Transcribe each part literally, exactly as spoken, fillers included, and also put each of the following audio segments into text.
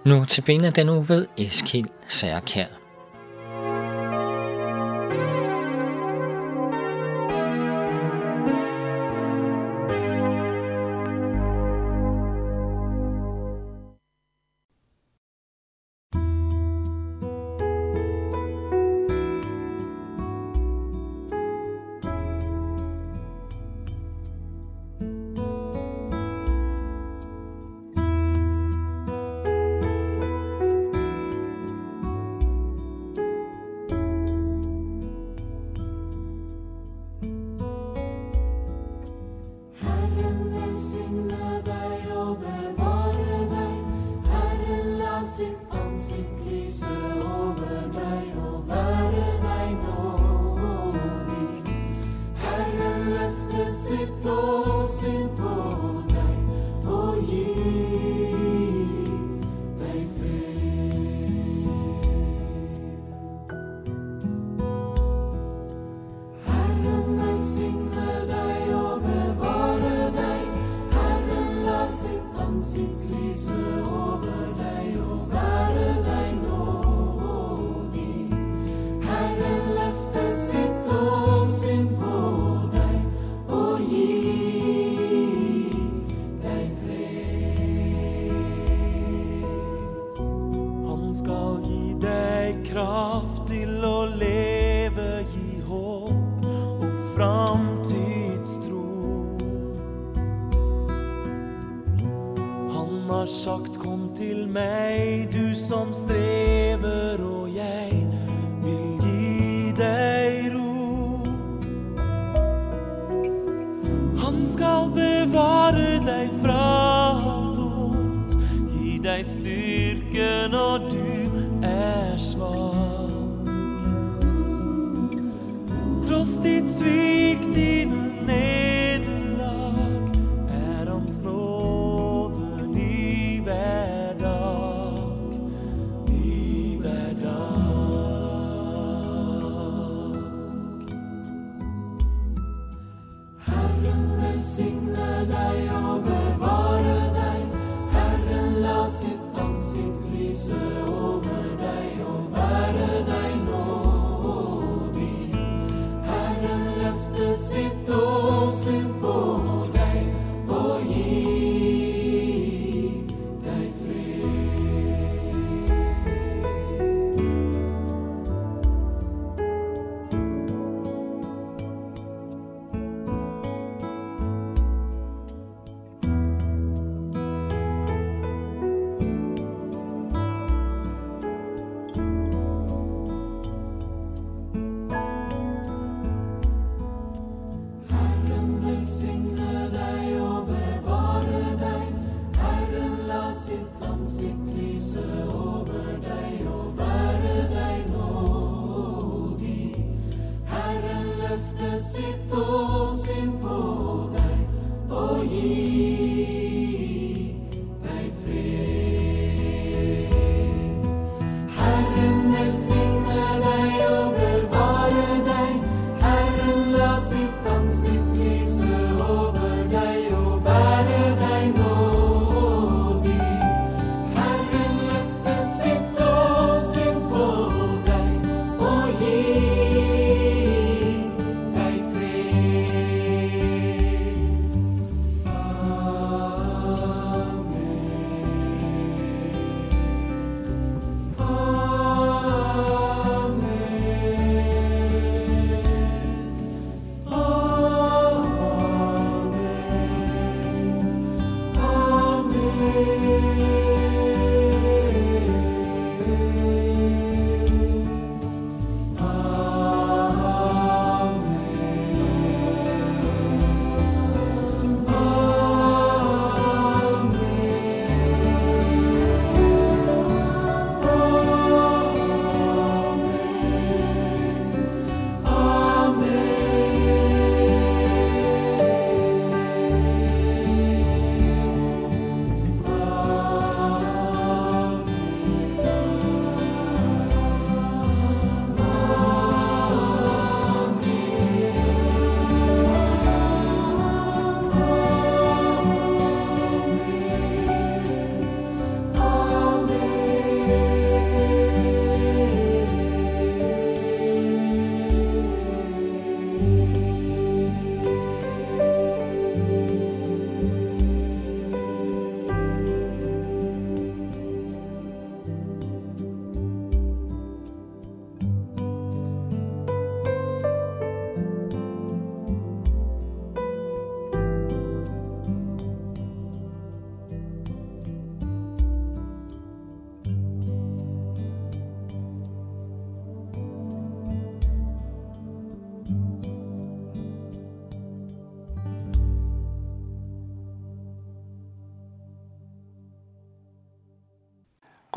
Nu til benet den uge ved Eskild Særkjær. Skal gi deg kraft til å leve, gi håp og framtidstro. Han har sagt, kom til meg, du som strever, og jeg vil gi deg ro. Han skal bevare deg fra alt ondt, gi deg styrke når du er svak. Tross ditt svik, dine nederlag, er hans nåde ny hver dag, ny hver dag. Herren velsigne deg og bevare deg. Herren la sitt ansikt lyse over deg og være deg nådig. Herren løfte sitt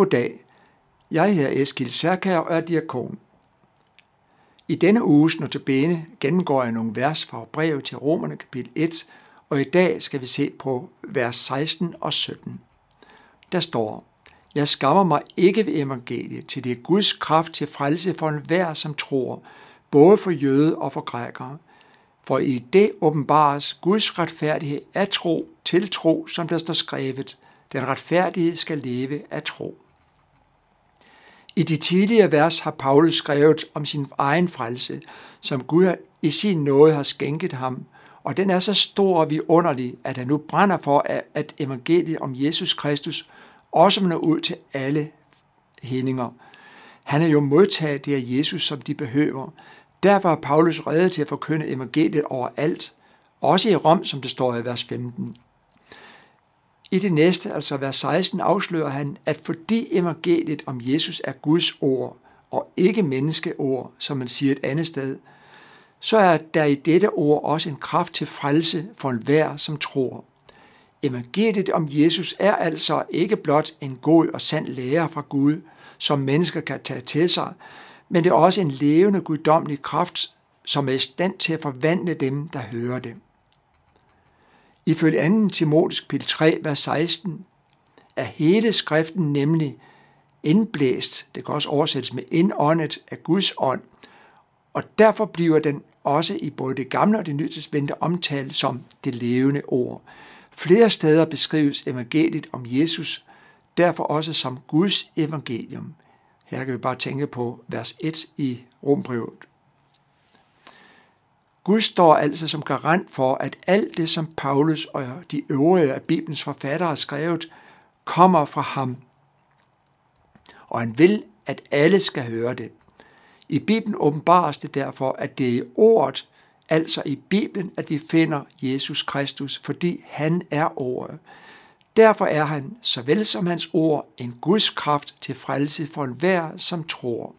Goddag, jeg hedder Eskild Særkjær og er diakon. I denne uges notabene gennemgår jeg nogle vers fra brevet til Romerne kapitel et, og i dag skal vi se på vers seksten og sytten. Der står: Jeg skammer mig ikke ved evangeliet, til det er Guds kraft til frelse for enhver, som tror, både for jøde og for grækere. For i det åbenbares Guds retfærdighed af tro til tro, som der står skrevet. Den retfærdige skal leve af tro. I de tidligere vers har Paulus skrevet om sin egen frelse, som Gud i sin nåde har skænket ham, og den er så stor og vidunderlig, at han nu brænder for, at evangeliet om Jesus Kristus også når ud til alle hedninger. Han er jo modtaget det af Jesus, som de behøver. Derfor er Paulus rede til at forkynde evangeliet overalt, også i Rom, som det står i vers femten. I det næste, altså vers seksten, afslører han, at fordi evangeliet om Jesus er Guds ord, og ikke menneskeord, som man siger et andet sted, så er der i dette ord også en kraft til frelse for enhver, som tror. Evangeliet om Jesus er altså ikke blot en god og sand lære fra Gud, som mennesker kan tage til sig, men det er også en levende guddommelig kraft, som er i stand til at forvandle dem, der hører det. Ifølge anden Timotheus kapitel tre, vers seksten, er hele skriften nemlig indblæst, det kan også oversættes med indåndet af Guds ånd, og derfor bliver den også i både det gamle og det nye testamente omtalt som det levende ord. Flere steder beskrives evangeliet om Jesus, derfor også som Guds evangelium. Her kan vi bare tænke på vers et i Rombrevet. Gud står altså som garant for, at alt det, som Paulus og de øvrige af Bibelens forfattere har skrevet, kommer fra ham. Og han vil, at alle skal høre det. I Bibelen åbenbares det derfor, at det er i ordet, altså i Bibelen, at vi finder Jesus Kristus, fordi han er ordet. Derfor er han, såvel som hans ord, en Guds kraft til frelse for enhver, som tror.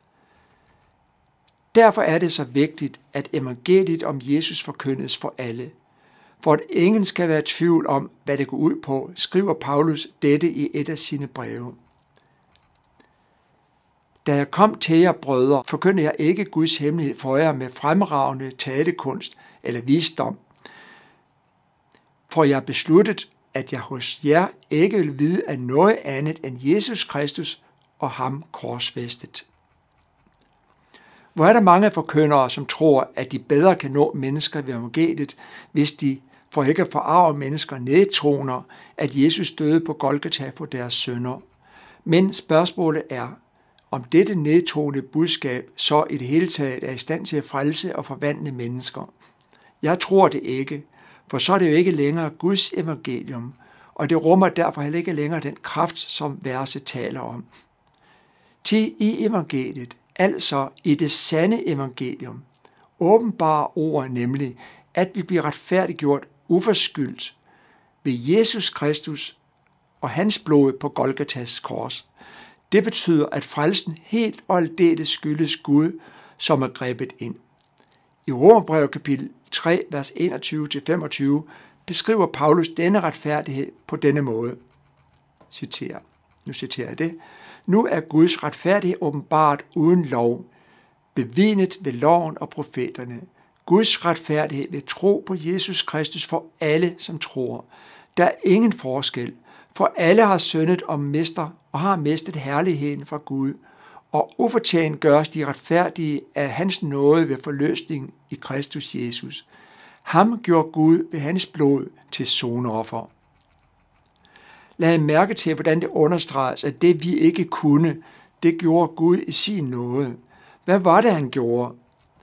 Derfor er det så vigtigt, at evangeliet om Jesus forkyndes for alle. For at ingen skal være i tvivl om, hvad det går ud på, skriver Paulus dette i et af sine breve. Da jeg kom til jer, brødre, forkyndte jeg ikke Guds hemmelighed for jer med fremragende talekunst eller visdom. For jeg besluttet, at jeg hos jer ikke vil vide af noget andet end Jesus Kristus og ham korsfæstet. Hvor er der mange forkyndere, som tror, at de bedre kan nå mennesker ved evangeliet, hvis de, for ikke at forarve mennesker, nedtoner, at Jesus døde på Golgata for deres synder. Men spørgsmålet er, om dette nedtonede budskab så i det hele taget er i stand til at frelse og forvandle mennesker. Jeg tror det ikke, for så er det jo ikke længere Guds evangelium, og det rummer derfor heller ikke længere den kraft, som verset taler om. Til i evangeliet, altså i det sande evangelium, åbenbarer ordet nemlig, at vi bliver retfærdiggjort uforskyldt ved Jesus Kristus og hans blod på Golgatas kors. Det betyder, at frelsen helt og aldeles skyldes Gud, som er grebet ind. I Romerbrevet kapitel tre, vers enogtyve til femogtyve, beskriver Paulus denne retfærdighed på denne måde. Citerer. Nu citerer jeg det. Nu er Guds retfærdighed åbenbart uden lov, bevidnet ved loven og profeterne. Guds retfærdighed ved tro på Jesus Kristus for alle, som tror. Der er ingen forskel, for alle har syndet og mister og har mistet herligheden fra Gud, og ufortjent gøres de retfærdige af hans nåde ved forløsning i Kristus Jesus. Ham gjorde Gud ved hans blod til soneoffer. Lad mærke til, hvordan det understreges, at det vi ikke kunne, det gjorde Gud i sin nåde. Hvad var det, han gjorde?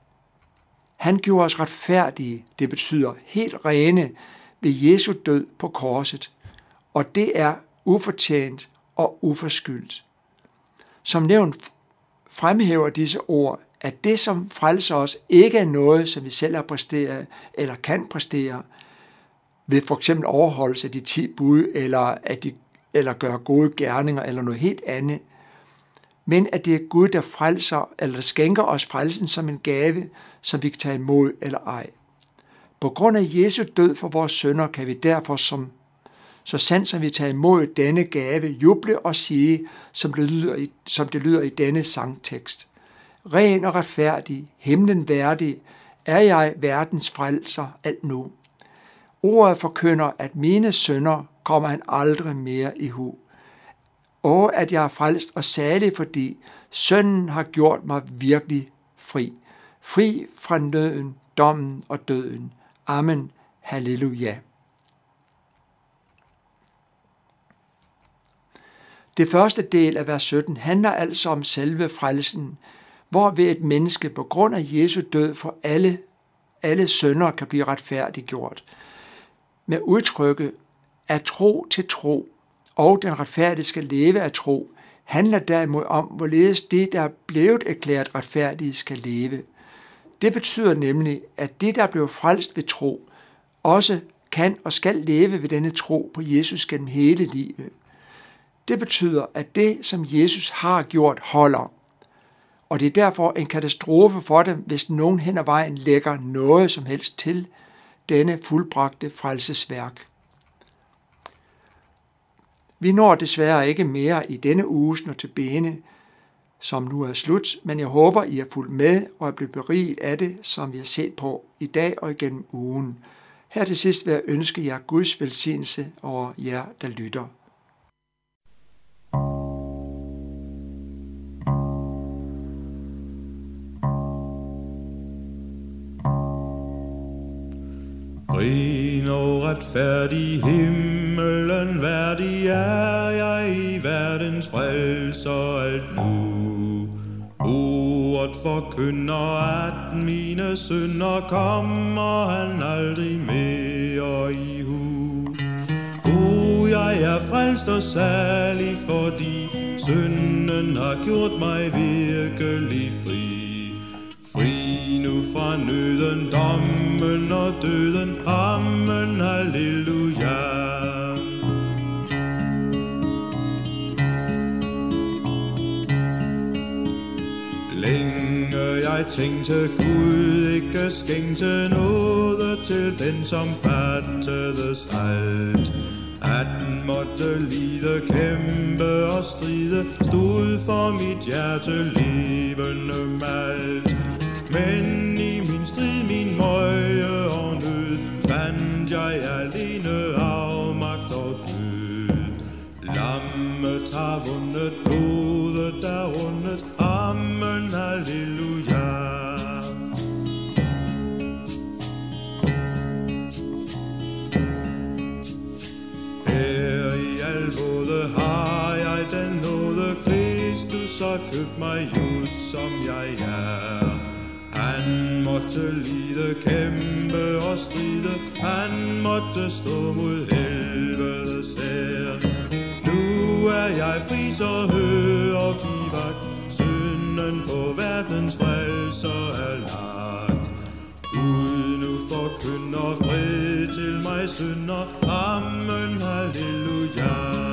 Han gjorde os retfærdige, det betyder helt rene, ved Jesu død på korset. Og det er ufortjent og uforskyldt. Som nævnt fremhæver disse ord, at det, som frelser os, ikke er noget, som vi selv har præsteret eller kan præstere, ved for eksempel overholdelse af de ti bud, eller, at de, eller gøre gode gerninger, eller noget helt andet, men at det er Gud, der frelser, eller der skænker os frelsen som en gave, som vi kan tage imod eller ej. På grund af Jesu død for vores synder, kan vi derfor som, så sandt som vi tager imod denne gave, juble og sige, som det lyder i, som det lyder i denne sangtekst. Ren og retfærdig, himlen værdig, er jeg verdens frelser alt nu. Ordet forkynder, at mine synder kommer han aldrig mere i hu. Og at jeg er frelst og salig, fordi sønnen har gjort mig virkelig fri. Fri fra nøden, dommen og døden. Amen. Halleluja. Det første del af vers sytten handler altså om selve frelsen, hvorved et menneske på grund af Jesu død for alle, alle synder kan blive retfærdiggjort. Med udtrykket af tro til tro, og den retfærdige skal leve af tro, handler derimod om, hvorledes det, der er blevet erklæret retfærdige, skal leve. Det betyder nemlig, at det, der blev frelst ved tro, også kan og skal leve ved denne tro på Jesus gennem hele livet. Det betyder, at det, som Jesus har gjort, holder. Og det er derfor en katastrofe for dem, hvis nogen hen ad vejen lægger noget som helst til denne fuldbragte frelsesværk. Vi når desværre ikke mere i denne uges notabene, som nu er slut, men jeg håber, I har fulgt med og er blevet beriget af det, som vi har set på i dag og igennem ugen. Her til sidst vil jeg ønske jer Guds velsignelse over jer, der lytter. Ren og retfærdig, himmelen værdig, er jeg i verdens frelser alt nu. Ordet forkynder, at mine synder kommer han aldrig mere i hu. O, jeg er frelst og salig, fordi synden har gjort mig virkelig fri. Fri nu fra nøden, dommen og døden, amen, halleluja. Længe jeg tænkte, Gud ikke skænkte noget til den, som fattedes alt. At den måtte lide, kæmpe og stride, stod for mit hjerte levende malt. Men i min strid, min møje og nød, fandt jeg alene afmagt og død. Lammet har vundet, blodet er rundet, amen, halleluja. Her i al våde har jeg den nåde, Kristus har købt mig just som jeg er. Han måtte lide, kæmpe og stride, han måtte stå mod helvedes hær. Nu er jeg fri, så hør og giv vagt, synden på verdens frelser er lagt. Gud nu forkynder fred til mig synder, amen, halleluja.